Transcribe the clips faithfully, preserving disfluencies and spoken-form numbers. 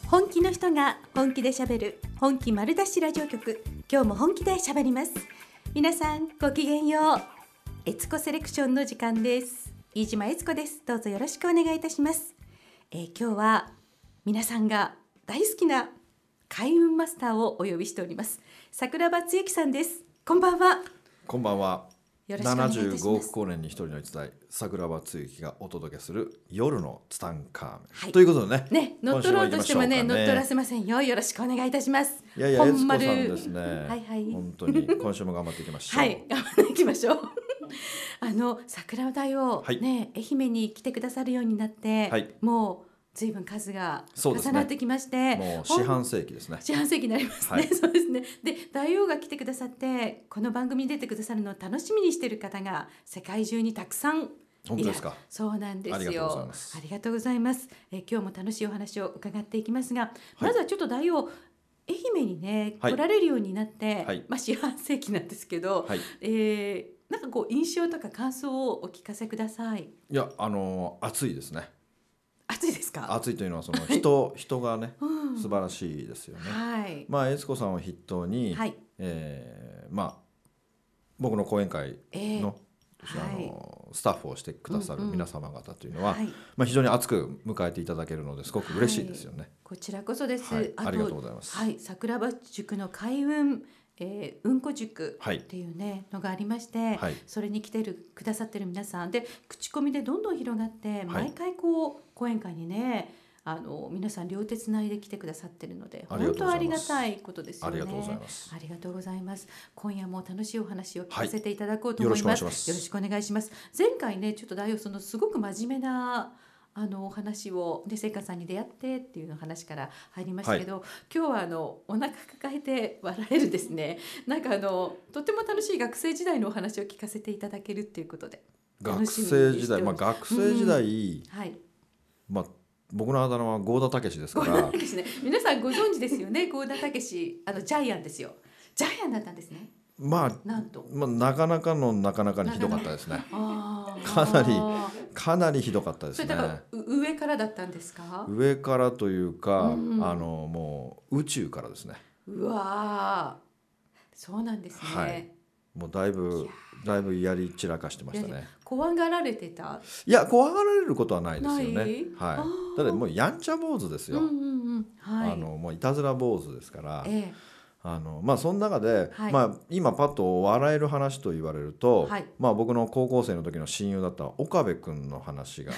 本気の人が本気で喋る本気丸出しラジオ局、今日も本気で喋ります。皆さんごきげんよう。えつこセレクションの時間です。飯島えつこです。どうぞよろしくお願いいたします。えー、今日は皆さんが大好きな開運マスターをお呼びしております。桜庭つゆきさんです。こんばんは。 こんばんは。 よろしくお願いいたします。 ななじゅうごおく光年に一人の逸材、桜庭つゆきがお届けする夜のツタンカーメン、はい、ということでね、 ね、乗っ取ろうとしてもね、乗っ取らせませんよ。よろしくお願いいたします。 いやいや、えつこさんですね、 はいはい、 本当に今週も頑張っていきましょう。 はい、頑張っていきましょう。あの桜大を、 はい、 ね、愛媛に来てくださるようになって、はい、もう随分数が重なってきまして、 ね、もう四半世紀ですね。 四半世紀になりますね、はい、そうですね。で、大王が来てくださってこの番組に出てくださるのを楽しみにしている方が世界中にたくさん。 本当ですか。 そうなんですよ。 ありがとうございます。 ありがとうございます。え今日も楽しいお話を伺っていきますが、はい、まずはちょっと大王、愛媛にね、はい、来られるようになって、はい、まあ四半世紀なんですけど、はい、えー、なんかこう印象とか感想をお聞かせください。 いや、あのー、暑いですね。 暑いですか。 暑いというのはその人人がね、うん、素晴らしいですよね。はい、まあえつこさんを筆頭に、はい、えー、まあ僕の講演会の、えー、あのスタッフをしてくださる皆様方というのは、うんうん、まあ非常に熱く迎えていただけるのですごく嬉しいですよね。はい、 こちらこそです。 はい、ありがとうございます。 はい、桜庭塾の開運えー、うんこ塾っていうね、はい、のがありまして、はい、それに来てるくださってる皆さんで口コミでどんどん広がって、はい、毎回こう講演会にね、あの皆さん両手つないで来てくださってるので本当ありがたいことですよね。 ありがとうございます。 ありがとうございます。今夜も楽しいお話を聞かせていただこうと思います。はい、よろしくお願いします。前回ね、ちょっと大王そのすごく真面目なあのお話をで、聖華さんに出会ってっていうの話から入りましたけど、はい、今日はあのお腹抱えて笑えるですね、なんかあのとても楽しい学生時代のお話を聞かせていただけるっていうことで、 学生時代、まあ、学生時代、うんはい、まあ、僕のあだ名は郷田武ですから、 ね、皆さんご存知ですよね。郷田武、あのジャイアンですよ。ジャイアンだったんですね。 まあ、 なんと、 まあ、なかなかのなかなかにひどかったですね。あかなりかなりひどかったですね。 それだから上からだったんですか。 上からというか、うん、あのもう宇宙からですね。 うわ、そうなんですね。はい、 もうだいぶだいぶやり散らかしてましたね。 怖がられてた。 いや、怖がられることはないですよね。はい。ただもうやんちゃ坊主ですよ。うんうんうん、はい、あのもういたずら坊主ですから。ええ、あのまあ、その中で、はい、まあ、今パッと笑える話と言われると、はい、まあ、僕の高校生の時の親友だった岡部君の話が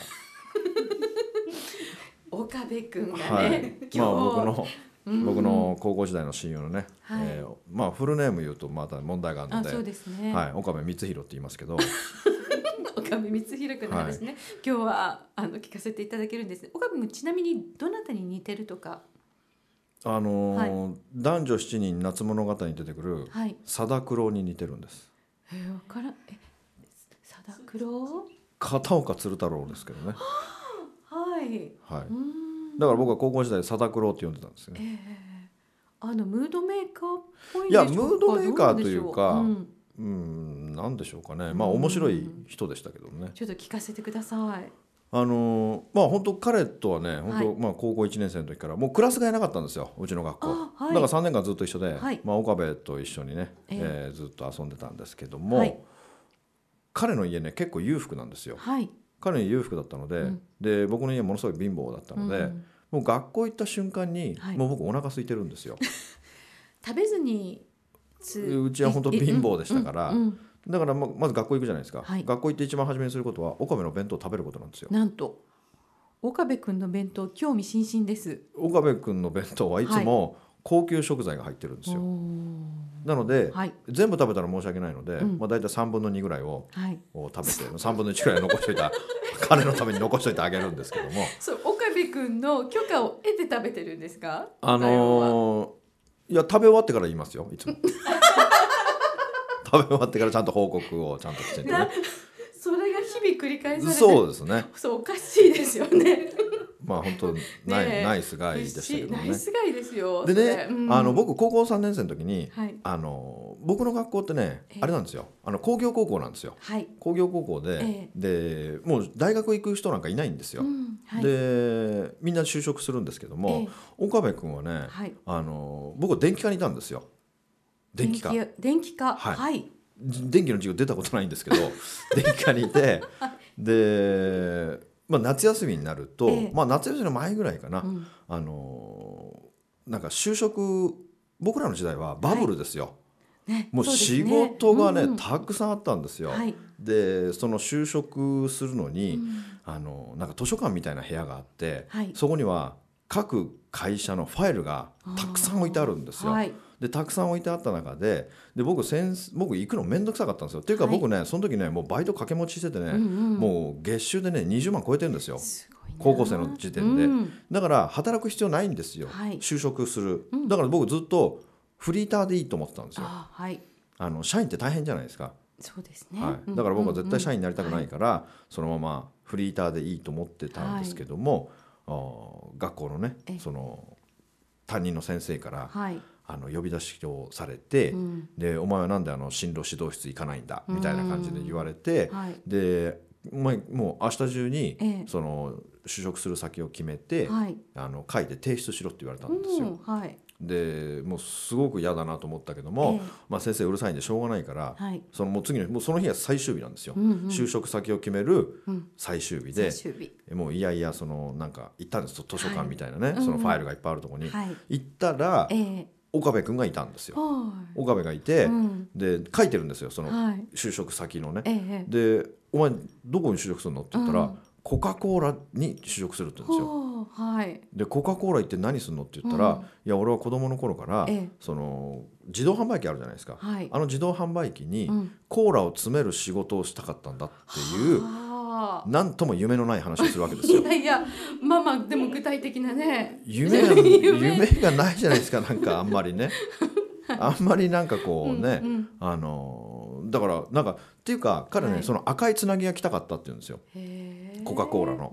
岡部君がね、 はい、まあ、僕の僕の高校時代の親友のね、はい、えーまあ、フルネーム言うとまた問題があるので、 あ、そうですね、 はい、岡部光弘って言いますけど岡部光弘君の話ね、はい、今日はあの聞かせていただけるんです。岡部君、ちなみにどなたに似てるとか。 あのーはい、男女しちにん夏物語に出てくる貞九郎に似てるんです。 えー、わからん。え、貞九郎？ 片岡鶴太郎ですけどね。 はい、 はい、だから僕は高校時代貞九郎って呼んでたんですよね。 えー、あのムードメーカーっぽいんでしょうか。いや、ムードメーカーというか、 うん、 うん、なんでしょうかね。まあ面白い人でしたけどね。 ちょっと聞かせてください。 あのー、まあ本当彼とはね、本当、はい、まあ高校いちねん生の時からもうクラス替えなかったんですよ、うちの学校。はい、だからさんねんかんずっと一緒で、はい、まあ、岡部と一緒にね、えーえー、ずっと遊んでたんですけども、はい、彼の家ね結構裕福なんですよ。はい、彼の家裕福だったので、うん、で僕の家ものすごい貧乏だったので、うん、もう学校行った瞬間に、はい、もう僕お腹空いてるんですよ。 食べずにうちは本当貧乏でしたから、うんうんうん、だからまず学校行くじゃないですか、はい、学校行って一番初めにすることは岡部の弁当を食べることなんですよ。 なんと岡部君の弁当興味津々です。 岡部君の弁当はいつも高級食材が入ってるんですよ。はい、なので、はい、全部食べたら申し訳ないので、うん、まあ、だいたいさんぶんのにぐらいを、はい、を食べてさんぶんのいちぐらい残しといた彼のために残しといてあげるんですけどもそう岡部君の許可を得て食べてるんですか。 あのー、いや、食べ終わってから言いますよ、いつも食べ終わってからちゃんと報告をちゃんときちんとね。 それが日々繰り返されて、 そうですね。 そう、おかしいですよね。 まあ本当ナイ、ナイスガイでしたけどね。 ナイスガイですよ。 でね、うん、あの僕高校さんねん生の時に、はい、あの僕の学校ってね、えー、あれなんですよ、あの工業高校なんですよ、 はい、 工業高校で、えー、でもう大学行く人なんかいないんですよ、うんはい、でみんな就職するんですけども、えー、岡部君はね、はい、あの僕は電気科にいたんですよ。電気科電気科、 はいはい、 電気の授業出たことないんですけど電気科にいてで、まあ、夏休みになると、えーまあ、夏休みの前ぐらいかな、うん、あのなんか就職、僕らの時代はバブルですよ、はいね、もう仕事がね、うんうん、たくさんあったんですよ、はい、でその就職するのに、うん、あのなんか図書館みたいな部屋があって、はい、そこには各会社のファイルがたくさん置いてあるんですよ、はい、でたくさん置いてあった中で、で 僕, 僕行くのめんどくさかったんですよ。っていうか僕ね、はい、その時ねもうバイト掛け持ちしててね、うんうん、もう月収でねにじゅうまん超えてるんですよ、すごいな、高校生の時点で、うん、だから働く必要ないんですよ、はい、就職する、うん、だから僕ずっとフリーターでいいと思ってたんですよ。あ、はい、あの社員って大変じゃないですか。 そうですね、 はい、だから僕は絶対社員になりたくないから、うんうんうん、そのままフリーターでいいと思ってたんですけども、はい、学校のねその担任の先生から、はい、あの呼び出しをされて、うん、でお前はなんであの進路指導室行かないんだみたいな感じで言われて、はい、でお前もう明日中に、ええ、その就職する先を決めて、はい、あの書いて提出しろって言われたんですよ、うんはい、でもうすごく嫌だなと思ったけども、ええまあ、先生うるさいんでしょうがないから、はい、そのもう次のもうその日は最終日なんですよ、うんうん、就職先を決める最終日で、うん、最終日もういやいやそのなんか行ったんです図書館みたいなね、はい、そのファイルがいっぱいあるところに、はい、行ったら、ええ岡部君がいたんですよ、はい、岡部がいて、うん、で書いてるんですよその就職先のね、はい、でお前どこに就職するのって言ったら、うん、コカ・コーラに就職するって言うんですよ、はい、でコカ・コーラ行って何するのって言ったら、うん、いや俺は子供の頃から、その自動販売機あるじゃないですか、はい、あの自動販売機にコーラを詰める仕事をしたかったんだっていう、うんなんとも夢のない話をするわけですよ。 いやいやまあまあでも具体的なね夢, が夢がないじゃないですかなんかあんまりねあんまりなんかこうね、うんうん、あのだからなんかっていうか彼ね、はい、その赤いつなぎが来たかったって言うんですよコカ・コーラの、うん、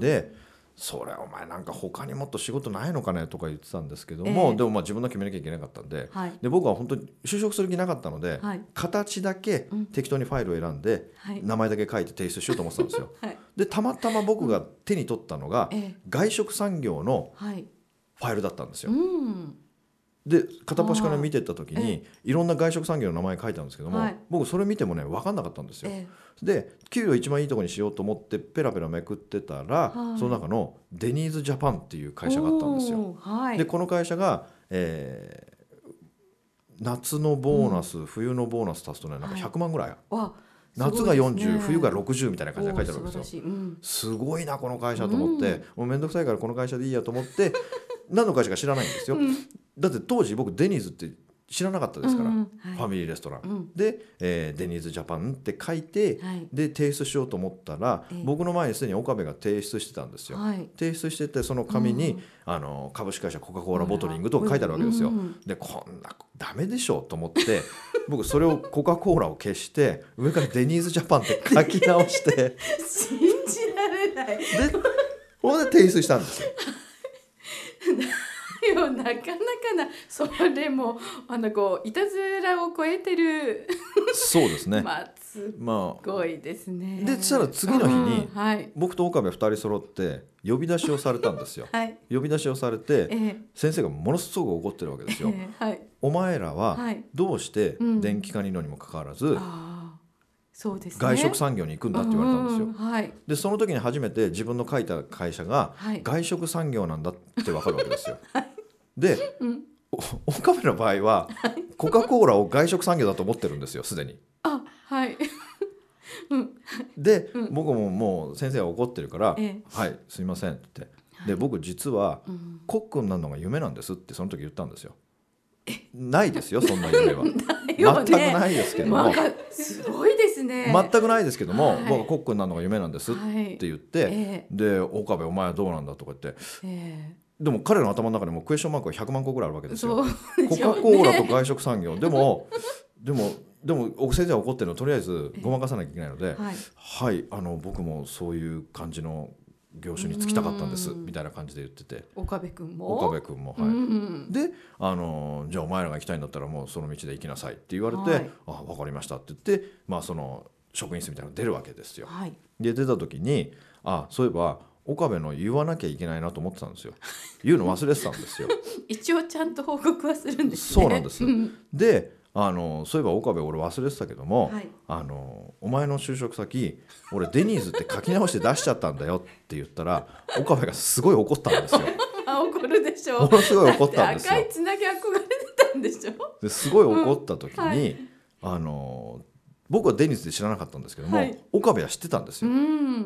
でそれお前なんか他にもっと仕事ないのかねとか言ってたんですけども、えー、でもまあ自分の決めなきゃいけなかったんで、はい、で僕は本当に就職する気なかったので、はい、形だけ適当にファイルを選んで、うん、名前だけ書いて提出しようと思ってたんですよ、はい、でたまたま僕が手に取ったのが、うん、外食産業のファイルだったんですよ、うんで片っ端から見てった時にいろんな外食産業の名前書いてあるんですけども、はい、僕それ見てもね分かんなかったんですよ、ええ、で給料一番いいところにしようと思ってペラペラめくってたら、はい、その中のデニーズジャパンっていう会社があったんですよ、はい、でこの会社が、えー、夏のボーナス、うん、冬のボーナス足すとねなんかひゃくまんぐらい、はい、夏がよんじゅう、ね、冬がろくじゅうみたいな感じで書いてあるわけですよ、うん、すごいなこの会社と思って、うん、もうめんどくさいからこの会社でいいやと思って何の会社か知らないんですよ、うん、だって当時僕デニーズって知らなかったですから、うんうんはい、ファミリーレストラン、うん、で、えー、デニーズジャパンって書いて、はい、で提出しようと思ったら、えー、僕の前にすでに岡部が提出してたんですよ、はい、提出しててその紙に、うん、あの株式会社コカ・コーラボトリングと書いてあるわけですよ、うんうん、でこんなダメでしょと思って僕それをコカ・コーラを消して上からデニーズジャパンって書き直して信じられないでこれで提出したんですよよなかなかなそれもあのこういたずらを超えてるそうですねまあすごいですね、 まあ、でそしたら次の日に、うんはい、僕と岡部ふたり揃って呼び出しをされたんですよ、はい、呼び出しをされて、えー、先生がものすごく怒ってるわけですよ、えーはい、お前らはどうして電気科にいるのにもかかわらず、うんそうですね、 外食産業に行くんだって言われたんですよ、うんはい、でその時に初めて自分の書いた会社が外食産業なんだって分かるわけですよ、はい、で、うん、岡部の場合はコカ・コーラを外食産業だと思ってるんですよすでにあはいうん、 で、うん、僕ももう先生は怒ってるから、ええ、はいすいませんって言って、はい、で僕実は、うん、コックになるのが夢なんですってその時言ったんですよないですよそんな夢は全くないですけども、 すごいですね全くないですけども、はい、僕はコックになるのが夢なんですって言って、はいえー、で岡部お前はどうなんだとか言って、えー、でも彼の頭の中にもクエスチョンマークがひゃくまんこぐらいあるわけですよ、コカ・コーラと外食産業でもでもでも先生は怒ってるのとりあえずごまかさなきゃいけないので、えー、はい、はい、あの僕もそういう感じの業種に就きたかったんですみたいな感じで言ってて、 岡部君も岡部君も、はい、うん、であのじゃあお前らが行きたいんだったらもうその道で行きなさいって言われて、はい、あ分かりましたって言って、まあ、その職員室みたいなの出るわけですよ、はい、で出た時にあそういえば岡部の言わなきゃいけないなと思ってたんですよ言うの忘れてたんですよ一応ちゃんと報告はするんですね。そうなんですであのそういえば岡部俺忘れてたけども、はい、あのお前の就職先俺デニーズって書き直して出しちゃったんだよって言ったら岡部がすごい怒ったんですよあ怒るでしょものすごい怒ったんですよ。 赤いつなぎ憧れてたんでしょですごい怒った時に、うんはい、あの僕はデニーズで知らなかったんですけども、はい、岡部は知ってたんですよ、うん、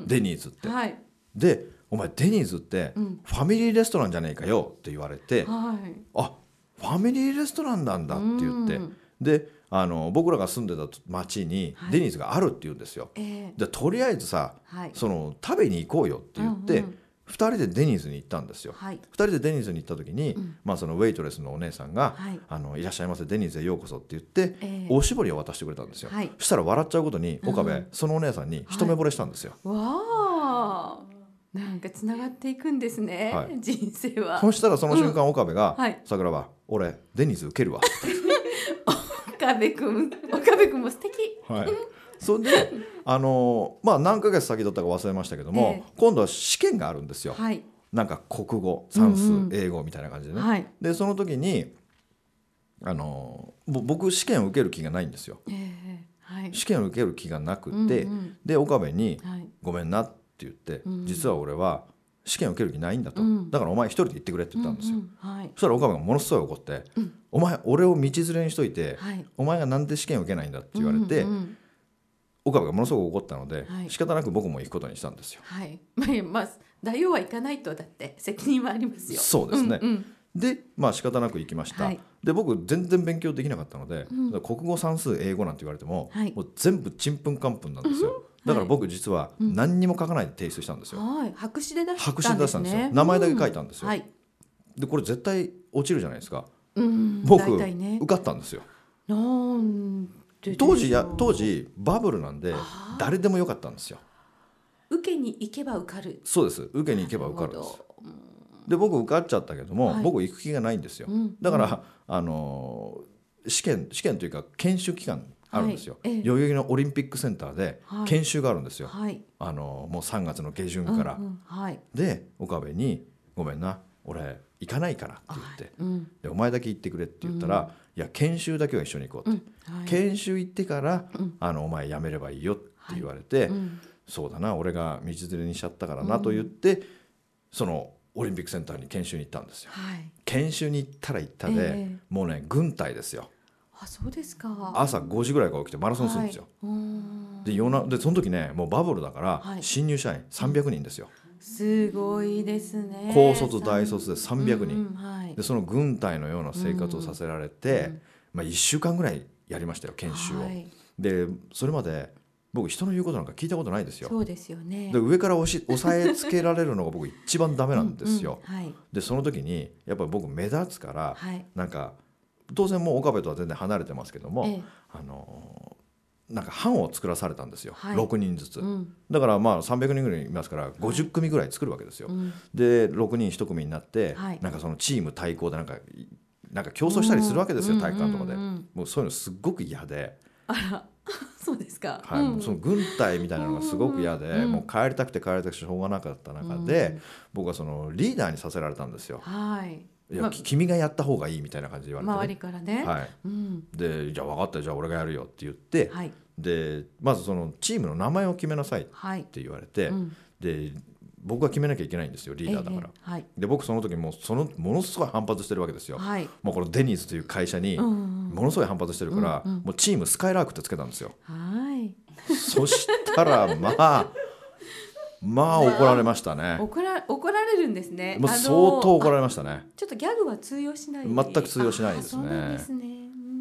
デニーズって、はい、でお前デニーズってファミリーレストランじゃねえかよって言われて、うん、あファミリーレストランなんだって言って、うん、であの僕らが住んでた町にデニーズがあるって言うんですよ、はいえー、でとりあえずさ、はい、その食べに行こうよって言って、うんうん、ふたりでデニーズに行ったんですよ、はい、ふたりでデニーズに行った時に、うんまあ、そのウェイトレスのお姉さんが、はい、あのいらっしゃいませデニーズへようこそって言って、えー、おしぼりを渡してくれたんですよ、はい、そしたら笑っちゃうことに岡部、うん、そのお姉さんに一目惚れしたんですよ、 はい、わあなんかつながっていくんですね、はい、人生は。 そしたらその瞬間、うん、岡部が、はい、桜庭俺デニーズ受けるわ岡部君岡部君も素敵、 はい、それであの、まあ、何ヶ月先だったか忘れましたけども、えー、今度は試験があるんですよ、はい、なんか国語算数、うんうん、英語みたいな感じでね、はい、でその時にあの僕試験を受ける気がないんですよ、えーはい、試験を受ける気がなくて、うんうん、で岡部に、はい、ごめんなってって言って、うん、実は俺は試験を受ける気ないんだと、うん、だからお前一人で行ってくれって言ったんですよ、うんうんはい、そしたら岡部がものすごい怒って、うん、お前俺を道連れにしといて、はい、お前がなんで試験を受けないんだって言われて、うんうん、岡部がものすごく怒ったので、はい、仕方なく僕も行くことにしたんですよ、 はいまあまあ、大王は行かないとだって責任はありますよ。 そうですね、うんうんでまあ仕方なく行きました、はい、で僕全然勉強できなかったので、うん、国語算数英語なんて言われても、はい、もう全部ちんぷんかんぷんなんですよ、うんだから僕実は何にも書かないで提出したんですよ、はい、 白紙で出したんですね。 白紙で出したんですよ、名前だけ書いたんですよ、うんはい、でこれ絶対落ちるじゃないですか、うん、僕、ね、受かったんですよ。 なんで当時や当時バブルなんで誰でもよかったんですよ。 受けに行けば受かる。 そうです受けに行けば受かるんです。で僕受かっちゃったけども、はい、僕行く気がないんですよ、うん、だから、うん、あの試験試験というか研修期間あるんですよ、はい、代々木のオリンピックセンターで研修があるんですよ、はい、あのもうさんがつの下旬から、うんうんはい、で岡部にごめんな俺行かないからって言って、はいうん、でお前だけ行ってくれって言ったら、うん、いや研修だけは一緒に行こうって、うんはい、研修行ってから、うん、あのお前辞めればいいよって言われて、はいうん、そうだな俺が道連れにしちゃったからなと言って、うん、そのオリンピックセンターに研修に行ったんですよ、はい、研修に行ったら行ったで、えー、もうね軍隊ですよ。 あそうですか。 朝ごじぐらいから起きてマラソンするんですよ、はい、で夜なでその時ねもうバブルだから、はい、新入社員さんびゃくにんですよ。 すごいですね。 高卒大卒でさんびゃくにん、うんうんはい、でその軍隊のような生活をさせられて、うんまあ、いっしゅうかんぐらいやりましたよ研修を、はい、でそれまで僕人の言うことなんか聞いたことないですよ。 そうですよね。 で上から押し押さえつけられるのが僕一番ダメなんですよ、うんうんはい、でその時にやっぱり僕目立つから、はい、なんか当然もう岡部とは全然離れてますけども、ええ、あのなんか班を作らされたんですよ、はい、ろくにんずつ、うん、だからまあさんびゃくにんぐらいいますからごじゅっくみぐらい作るわけですよ、はい、でろくにんいち組になって、はい、なんかそのチーム対抗でなんかなんか競争したりするわけですよ、体育館とかで、うんうんうん、もうそういうのすっごく嫌で。 あらそうですか、 はいうん、その軍隊みたいなのがすごく嫌で、うん、もう帰りたくて帰りたくてしょうがなかった中で、うん、僕はそのリーダーにさせられたんですよ、はいいや、ま、君がやった方がいいみたいな感じで言われて、ね、 周りからね、はいうん、 でじゃあ分かったじゃあ俺がやるよって言って、はい、でまずそのチームの名前を決めなさいって言われて、はいうん、で僕が決めなきゃいけないんですよリーダーだから、えーはい、で僕その時もうそのものすごい反発してるわけですよ、はい、もうこのデニーズという会社にものすごい反発してるから、うんうん、もうチームスカイラークってつけたんですよ、はい、そしたらまあまあ怒られましたね。 怒ら、怒られるんですね。 もう相当怒られましたね。 ちょっとギャグは通用しない。 全く通用しないですね。そうですね、うん、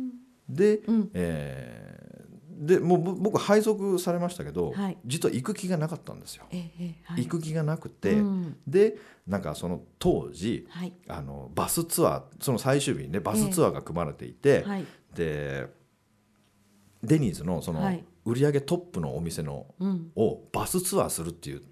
で、うんえー、でもう僕配属されましたけど、はい、実は行く気がなかったんですよ、えーはい、行く気がなくて、うん、でなんかその当時、はい、あのバスツアーその最終日にねバスツアーが組まれていて、えーはい、でデニーズのその、はい売上トップのお店の、うん、をバスツアーするっていう。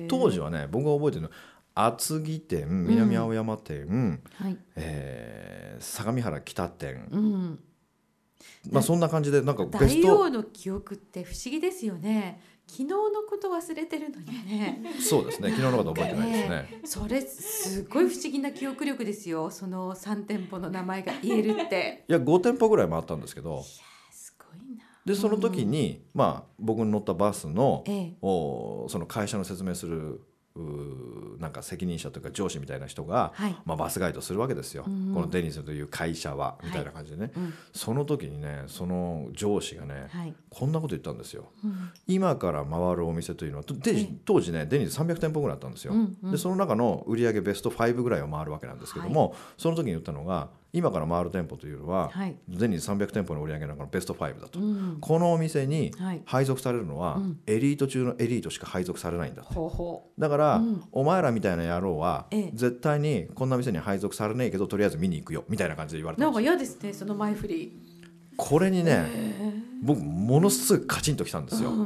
当時はね、僕が覚えてるの厚木店、南青山店、うんはいえー、相模原北店、うんまあ、そんな感じでなんかベスト。 大王の記憶って不思議ですよね。昨日のこと忘れてるのにね。 そうですね、昨日のこと覚えてないですね。 ねそれすごい不思議な記憶力ですよ。そのさん店舗の名前が言えるっていやご店舗ぐらい回ったんですけど、いやすごいな。 でその時に、うんまあ、僕に乗ったバスの、ええ、おその会社の説明するなんか責任者というか上司みたいな人が、はいまあ、バスガイドするわけですよ、うんうん、このデニスという会社はみたいな感じでね、はいうん、その時にねその上司がね、はい、こんなこと言ったんですよ、うん、今から回るお店というのはで当時ねデニスさんびゃく店舗ぐらいあったんですよ、うんうん、でその中の売上ベストごぐらいを回るわけなんですけども、はい、その時に言ったのが今から回る店舗というのは、はい、デニスさんびゃく店舗の売上の中のベストごだと、うん、このお店に配属されるのは、はい、エリート中のエリートしか配属されないんだって、うん、だから、うん、お前らみたいな野郎は、ええ、絶対にこんな店に配属されねえけどとりあえず見に行くよみたいな感じで言われたんですよ。 なんか嫌ですねその前振り。 これにね、えー、僕ものすごいカチンときたんですよ、うんうん、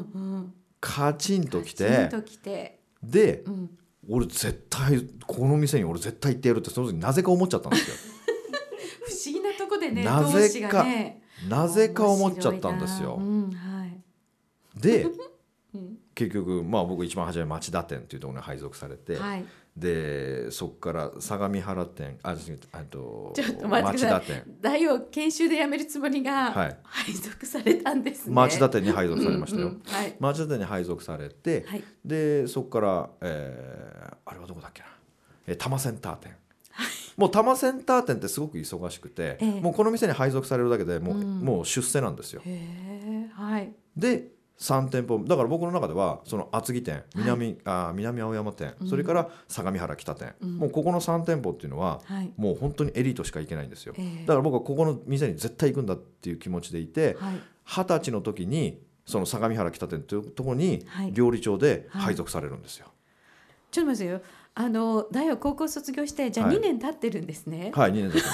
カチンときて、カチンときてで、うん、俺絶対この店に俺絶対行ってやるってその時になぜか思っちゃったんですよ不思議なとこでねなぜか、ね、なぜか思っちゃったんですよ、うんはい、で、うん、結局、まあ、僕一番初め町田店っていうところに配属されて、はい、でそこから相模原店ああとちょっと待ってください大王研修で辞めるつもりが、はい、配属されたんですね。 町田店に配属されましたよ、うんうんはい、町田店に配属されて、はい、でそこから、えー、あれはどこだっけな、えー、多摩センター店もう多摩センター店ってすごく忙しくて、ええ、もうこの店に配属されるだけでもう、うん、もう出世なんですよ。へー、はい、でさん店舗だから僕の中ではその厚木店 南,、はい、あ南青山店、うん、それから相模原北店、うん、もうここのさん店舗っていうのは、はい、もう本当にエリートしか行けないんですよ、えー、だから僕はここの店に絶対行くんだっていう気持ちでいて、はい、はたちの時にその相模原北店というところに料理長で配属されるんですよ、はいはい、 ちょっと待ってよあの大王高校卒業してじゃあにねん経ってるんですね。 はい、はい、にねん経ってます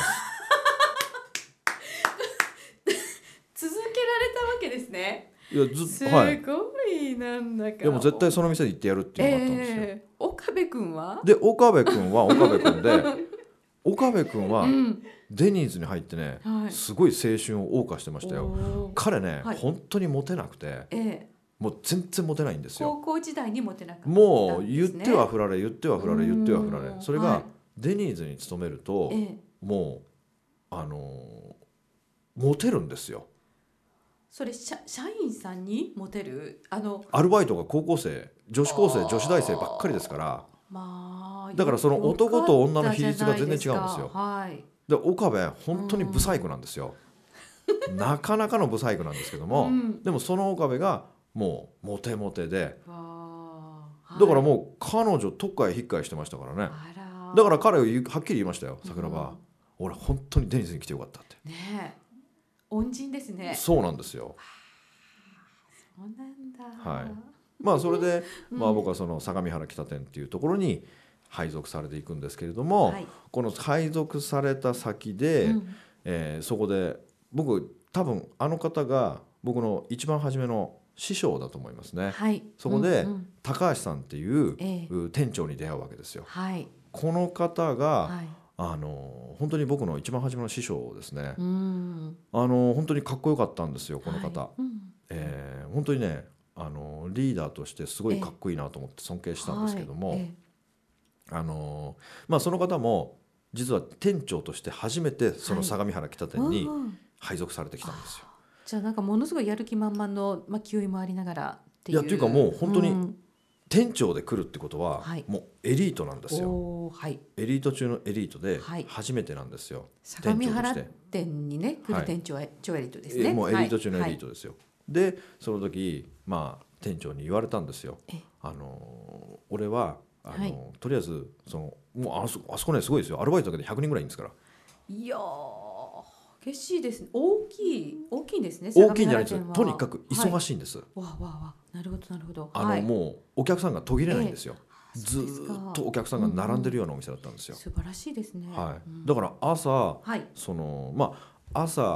続けられたわけですね。 いやずすごいなんだか、 でも絶対その店に行ってやるっていうのがあったんですよ、 えー、岡部君はで岡部君は岡部君で岡部君はデニーズに入ってね、うん、すごい青春を謳歌してましたよ。彼ね、はい、本当にモテなくて、えーもう全然モテないんですよ。 高校時代にモテなかったんですね。 もう言っては振られ言っては振られ言っては振られ、それがデニーズに勤めると、はい、もうあのモテるんですよ。 それ社員さんにモテるあのアルバイトが高校生女子高生女子大生ばっかりですから、まあ、だからその男と女の比率が全然違うんですよ、はい、で岡部本当にブサイクなんですよなかなかのブサイクなんですけども、うん、でもその岡部がもうモテモテで、はい、だからもう彼女特会引っかえしてましたからね。だから彼ははっきり言いましたよ、桜庭、うん、俺本当にデニスに来てよかったってね。え恩人ですね。 そうなんですよ。 そうなんだ、 はい、まあそれで、まあ、僕はその相模原北店っていうところに配属されていくんですけれども、はい、この配属された先で、うんえー、そこで僕多分あの方が僕の一番初めの師匠だと思いますね、はい、そこで、うんうん、高橋さんっていう、えー、店長に出会うわけですよ、はい、この方が、はい、あの本当に僕の一番初めの師匠ですね。うんあの本当にかっこよかったんですよこの方、はいうんえー、本当にねあのリーダーとしてすごいかっこいいなと思って尊敬したんですけども、えーはいあのまあ、その方も実は店長として初めてその相模原北店に配属されてきたんですよ、はいじゃあなんかものすごいやる気満々の、まあ、気負いもありながらっていう。 いやというかもう本当に店長で来るってことは、うん、もうエリートなんですよ、はい、エリート中のエリートで初めてなんですよ、はい、 相模原店にね来る店長は超エリートですね、 はい、もうエリート中のエリートですよ、はい、でその時、まあ、店長に言われたんですよ。あの俺はあの、はい、とりあえずそのもうあそ、あそこねすごいですよ、アルバイトだけでひゃくにんぐらいいるんですから。 いや激しいですね。大きい大きいんですね。 大きいんじゃないです。とにかく忙しいんです。はい、 わわわなるほどなるほど。 あの、はい、もうお客さんが途切れないんですよ。えー、ずっとお客さんが並んでるようなお店だったんですよ。 うんうん、素晴らしいですね。 はい。だから朝、はい、そのまあ朝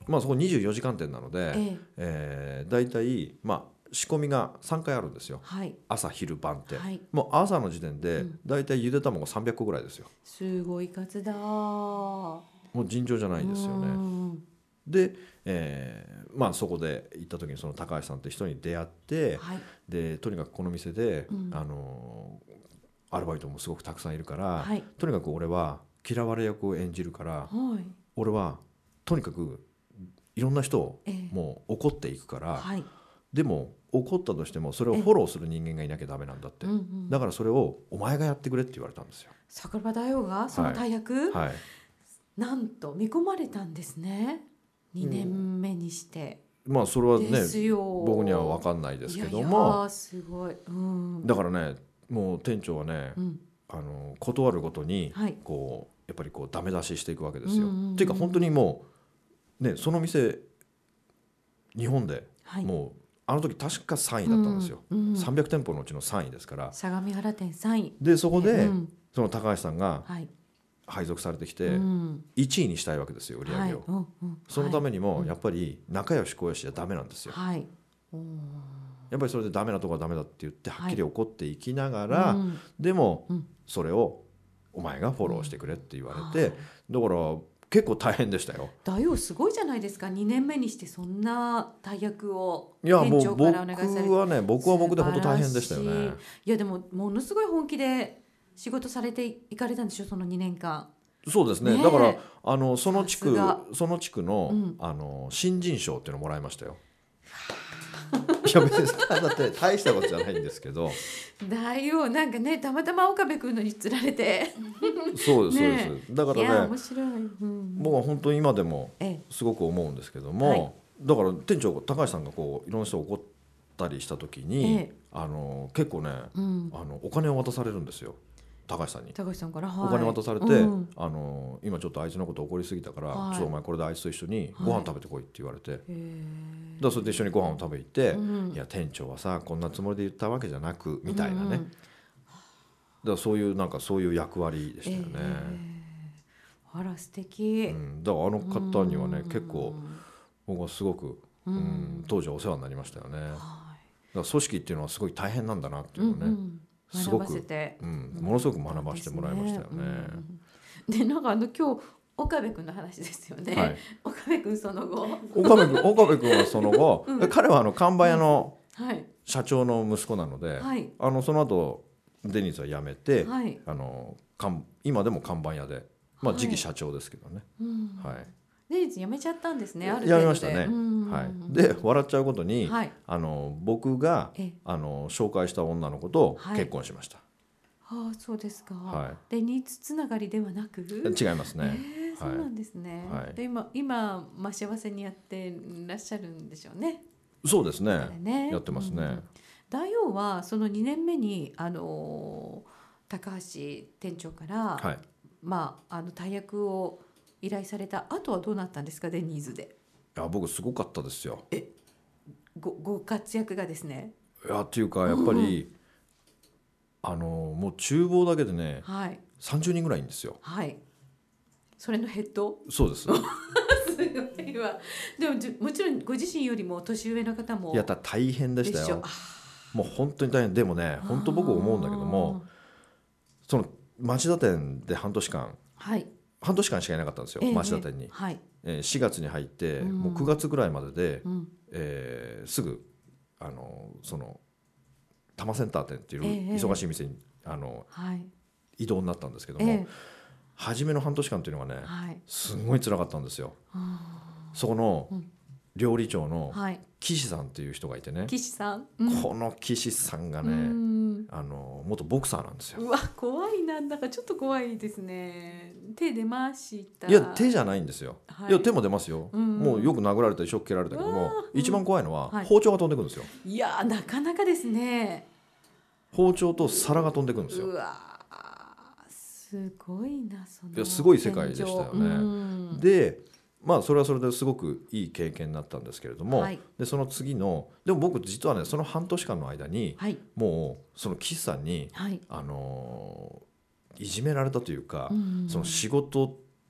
まあ、そこにじゅうよじかん店なので、 えええー、だいたい、まあ、仕込みがさんかいあるんですよ、 はい、 朝昼晩って、 はい、 もう朝の時点でうんだいたいゆで卵さんびゃっこぐらいですよ。 すごい数だ。ももう尋常じゃないですよね。で、えーまあ、そこで行った時にその高橋さんって人に出会って、 はい、 でとにかくこの店で、 うんあのアルバイトもすごくたくさんいるから、 はい、 とにかく俺は嫌われ役を演じるから、 はい、 俺はとにかくいろんな人をええもう怒っていくから、 はい、 でも怒ったとしてもそれをフォローする人間がいなきゃダメなんだって、 うんうん、 だからそれをお前がやってくれって言われたんですよ。 桜庭大王がその大役、 はい、 なんと見込まれたんですね。にねんめにして、 まあそれはねですよ。 僕には分かんないですけども、 いやいやすごい、うん、 だからねもう店長はね、 うん、 あの断るごとに、 はい、 こうやっぱりこうダメ出ししていくわけですよ。 うんうんうん、 っていうか本当にもうねその店日本で、 はい、 もうあの時確かさんいだったんですよ、 うんうん、 さんびゃく店舗のうちのさんいですから。 相模原店さんいでそこで、 うん、 その高橋さんがはい、 配属されてきて、 うん、 いちいにしたいわけですよ売り上げを、 はい、うんうん、 そのためにもはい、 やっぱり仲良し小良しじゃダメなんですよ、 はい、うん、 やっぱりそれでダメなとこはダメだって言ってはっきり怒っていきながら、 うん、 でもうん、 それをお前がフォローしてくれって言われて、 はい、 だから結構大変でしたよ。 大王すごいじゃないですか。にねんめにしてそんな大役をいやも店長う僕からお願いされて、 はね僕は僕で本当大変でしたよね。 素晴らしい。いやでもものすごい本気で仕事されていかれたんでしょ、そのにねんかん。 そうですね、 ねえだからあのその地区さすがその地区の、 うん、 あの新人賞っていうのをもらいましたよ。いや別にだって大したことじゃないんですけど大王なんかね、たまたま岡部君のに釣られてそうですそうねです、だかいやらね面白い、うん、 僕は本当に今でもええすごく思うんですけども、 はい、 だから店長高橋さんがこういろんな人を怒ったりした時に、 ええあの結構ね、 うん、 あのお金を渡されるんですよ高橋さんに。 高橋さんから、はい、 お金渡されて、 うん、 あの今ちょっとあいつのこと怒りすぎたから、 はい、 ちょっとお前これであいつと一緒にご飯食べてこいって言われて、 へえだからそれで一緒にご飯を食べ行って、 うん、 いや店長はさこんなつもりで言ったわけじゃなくみたいなね、 うんうん、 だからそういうなんかそういう役割でしたよね、 えー、あら素敵、 うん、だからあの方にはね、 うん、 結構僕はすごく、うんうん、当時はお世話になりましたよね、はい、だから組織っていうのはすごい大変なんだなっていうのをね、うんうん、すごく、うん、ものすごく学ばせてもらいましたよね。 で、ね、なんかあの今日岡部君の話ですよね、はい、岡部君その後岡部君岡部君はその後、うん、彼はあの看板屋の社長の息子なので、はい、あのその後デニーズは辞めて、はい、あの今でも看板屋で、まあ、次期社長ですけどね、はいうんはい、 デニーズ辞めちゃったんですね。ある辞めましたね、はい、で笑っちゃうことに、はい、あの僕があの紹介した女の子と結婚しました、はい。 ああそうですか、 はい、 デニーズつながりではなく違いますね、 えー、そうなんですね、はい、で 今, 今、まあ、幸せにやってらっしゃるんでしょうね。 そうです ね, ねやってますね、うん、 大王はそのにねんめにあの高橋店長から、はい、まあ、あの大役を依頼された後はどうなったんですか、デニーズで。 いや僕すごかったですよ。 え ご, ご活躍がですね。 いやっていうかやっぱり、うんあのもう厨房だけでね、はい、さんじゅうにんぐらいいるんですよ。 はい。それのヘッド？ そうです。すごいわ。でももちろんご自身よりも年上の方も。 いや大変でしたよ。もう本当に大変。でもね、本当僕思うんだけども、その町田店で半年間、はい、半年間しかいなかったんですよ、えー、町田店に、はい、えー、しがつに入って、うん、もうくがつぐらいまでで、うんえー、すぐあのその多摩センター店っていう忙しい店に、えーあのはい、移動になったんですけども、えー、初めの半年間っていうのはね、はい、すごい辛かったんですよ。そこの料理長の岸さんっていう人がいてね、 岸さん、 うん、この岸さんがね、うん、あの元ボクサーなんですよ。 うわ怖い、なんだかちょっと怖いですね。手出ました？ いや手じゃないんですよ、はい、いや手も出ますよ、うん、もうよく殴られたりショック蹴られたけども、一番怖いのは包丁が飛んでくるんですよ、 はい、いやなかなかですね。 包丁と皿が飛んでくるんですよ。 うわすごいな、そのいやすごい世界でしたよね、うん、でまあそれはそれですごくいい経験になったんですけれども、はい、でその次のでも僕実はねその半年間の間に、はい、もうその岸さんに、はい、あのー、いじめられたというか、うん、その仕事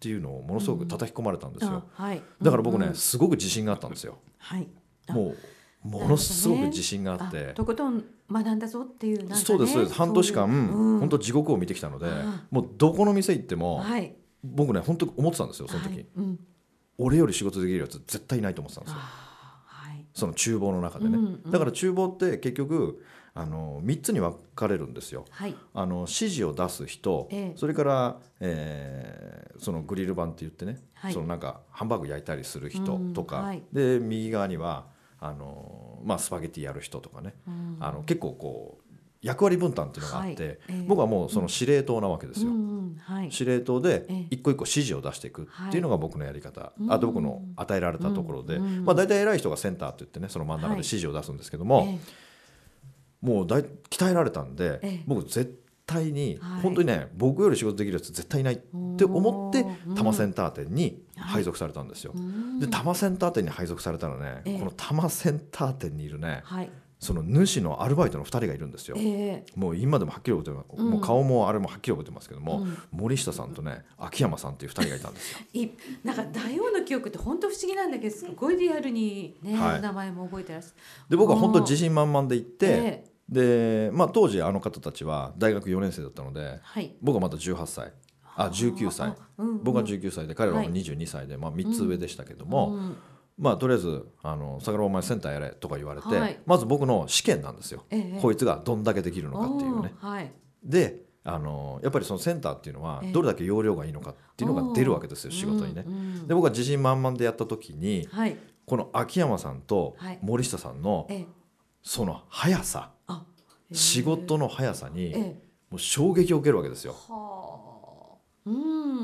っていうのをものすごく叩き込まれたんですよ、 うんはい、 だから僕ね、 うんうん、 すごく自信があったんですよ、 はい、 もうものすごく自信があって、 ね、とことん学んだぞっていうなんか、ね、 そうですそうです、半年間、 うん、 本当地獄を見てきたので、もうどこの店行っても、 はい、 僕ね本当思ってたんですよその時、はいうん、俺より仕事できるやつ絶対いないと思ってたんですよ、はい、その厨房の中でね、うんうん、だから厨房って結局あのみっつに分かれるんですよ、はい、あの指示を出す人、ええ、それから、えー、そのグリル板って言ってね、はい、そのなんかハンバーグ焼いたりする人とか、うんはい、で右側にはあの、まあ、スパゲティやる人とかね、うん、あの結構こう役割分担っていうのがあって、はいえー、僕はもうその司令塔なわけですよ、うんうんはい、司令塔で一個一個指示を出していくっていうのが僕のやり方、はい、あと僕の与えられたところで、うんうんまあ、大体偉い人がセンターって言ってねその真ん中で指示を出すんですけども、はいえーもうだい鍛えられたんで、ええ、僕絶対に、はい、本当にね僕より仕事できるやつ絶対いないって思って多摩センター店に配属されたんですよ、はい、で多摩センター店に配属されたらね、ええ、この多摩センター店にいるね、はい、その主のアルバイトのふたりがいるんですよ、ええ、もう今でもはっきり覚えてます、うん、もう顔もあれもはっきり覚えてますけども、うん、森下さんとね秋山さんっていうふたりがいたんですよいなんか大王の記憶って本当不思議なんだけどすごいリアルにね、はい、名前も覚えてらっしゃるで僕は本当自信満々で行って、ええでまあ、当時あの方たちは大学よねん生だったので、はい、僕はまだじゅうはっさいあじゅうきゅうさい、うんうん、僕はじゅうきゅうさいで彼らはにじゅうにさいで、はいまあ、みっつ上でしたけども、うんまあ、とりあえずあの「桜お前センターやれ」とか言われて、はい、まず僕の試験なんですよ、ええ、こいつがどんだけできるのかっていうね、はい、であのやっぱりそのセンターっていうのはどれだけ容量がいいのかっていうのが出るわけですよ、仕事にね、うんうん、で僕は自信満々でやった時に、はい、この秋山さんと森下さんの、はい、その速さ、仕事の速さにもう衝撃を受けるわけですよ、うん、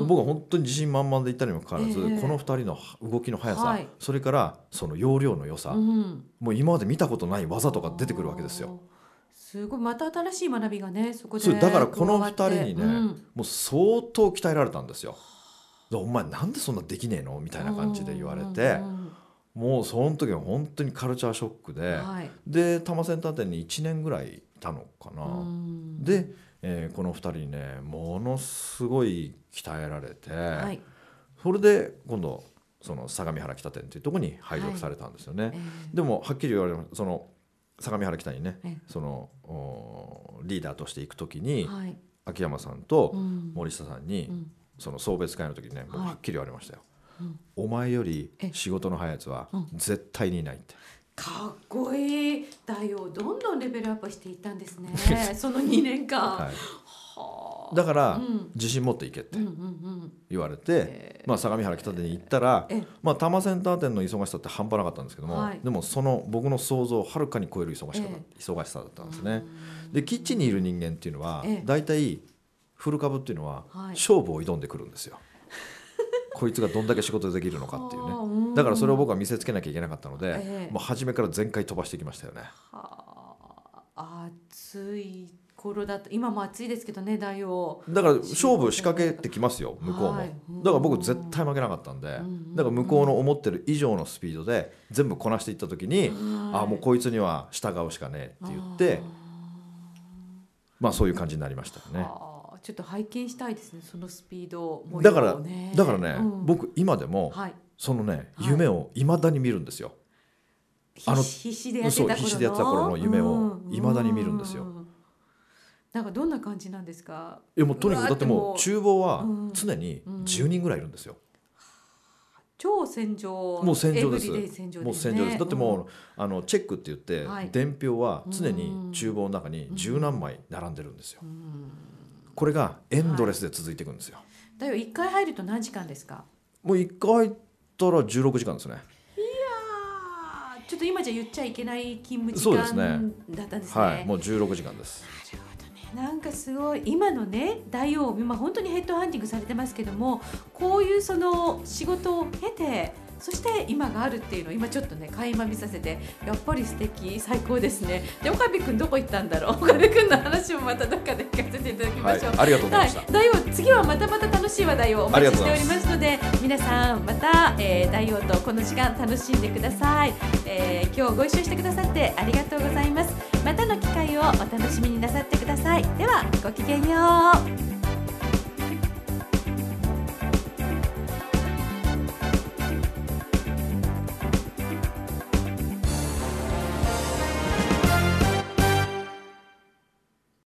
僕は本当に自信満々でいったにもかかわらず、えー、このふたりの動きの速さ、はい、それからその容量の良さ、うん、もう今まで見たことない技とか出てくるわけですよ。 すごいまた新しい学びがねそこでだからこのふたりにね、うん、もう相当鍛えられたんですよ。お前なんでそんなできねえのみたいな感じで言われて、うんうんうんもうその時は本当にカルチャーショックで、はい、で多摩センター店にいちねんぐらいいたのかな。で、えー、このふたりにねものすごい鍛えられて、はい、それで今度その相模原北店というところに配属されたんですよね、はいえー、でもはっきり言われるその相模原北にね、えー、そのリーダーとして行く時に、はい、秋山さんと森下さんに、うん、その送別会の時にね、はい、はっきり言われましたよ、うん、お前より仕事の早いやつは絶対にいないって、 うん、かっこいい。大王どんどんレベルアップしていったんですねそのにねんかん、はい、はだから、うん、自信持っていけって言われて、うんうんうんまあ、相模原北店に行ったら、まあ、多摩センター店の忙しさって半端なかったんですけども、はい、でもその僕の想像をはるかに超える忙しさだ、忙しさだったんですね。でキッチンにいる人間っていうのはだいたいフル株っていうのは勝負を挑んでくるんですよ、はいこいつがどんだけ仕事できるのかっていうね、うん、だからそれを僕は見せつけなきゃいけなかったので、えー、もう初めから全開飛ばしてきましたよね。 はあ、暑い頃だと今も暑いですけどね大王だから勝負仕掛けてきますよ向こうも、はい、だから僕絶対負けなかったんで、うん、だから向こうの思ってる以上のスピードで全部こなしていった時に、うん、あもうこいつには従うしかねえって言ってまあそういう感じになりましたよね。 ちょっと拝見したいですねそのスピードも、 ね、だからだからね、うん、僕今でも、はい、そのね夢を未だに見るんですよ、 はい、あの必死でやってた頃の必死でやってた頃の夢を未だに見るんですよ、うんうん、 なんかどんな感じなんですか。 いやもうとにかくだってもう厨房は常にじゅうにんぐらいいるんですよ、うんうん超戦場もう戦場です。 エブリデイ戦場ですね。 もう戦場です。だってもう、うん、あのチェックって言って、はい、伝票は常に厨房の中に十何枚並んでるんですよ、うん、これがエンドレスで続いていくんですよ、はい、 だよいっかい入ると何時間ですか。 もういっかい入ったらじゅうろくじかんですね。 いやちょっと今じゃ言っちゃいけない勤務時間だったんですね。 はい、もうじゅうろくじかんです。 なんかすごい今のね大王今本当にヘッドハンティングされてますけどもこういうその仕事を経てそして今があるっていうのを今ちょっとね垣間見させてやっぱり素敵最高ですね。で岡部くんどこ行ったんだろう。岡部くんの話もまたどっかで聞かせていただきましょう、 はい、ありがとうございました、 はい、大王次はまたまた楽しい話題をお待ちしておりますので皆さんまた、えー、大王とこの時間楽しんでください、えー、今日ご一緒してくださってありがとうございます。またの機会をお楽しみになさってください。ではごきげんよう。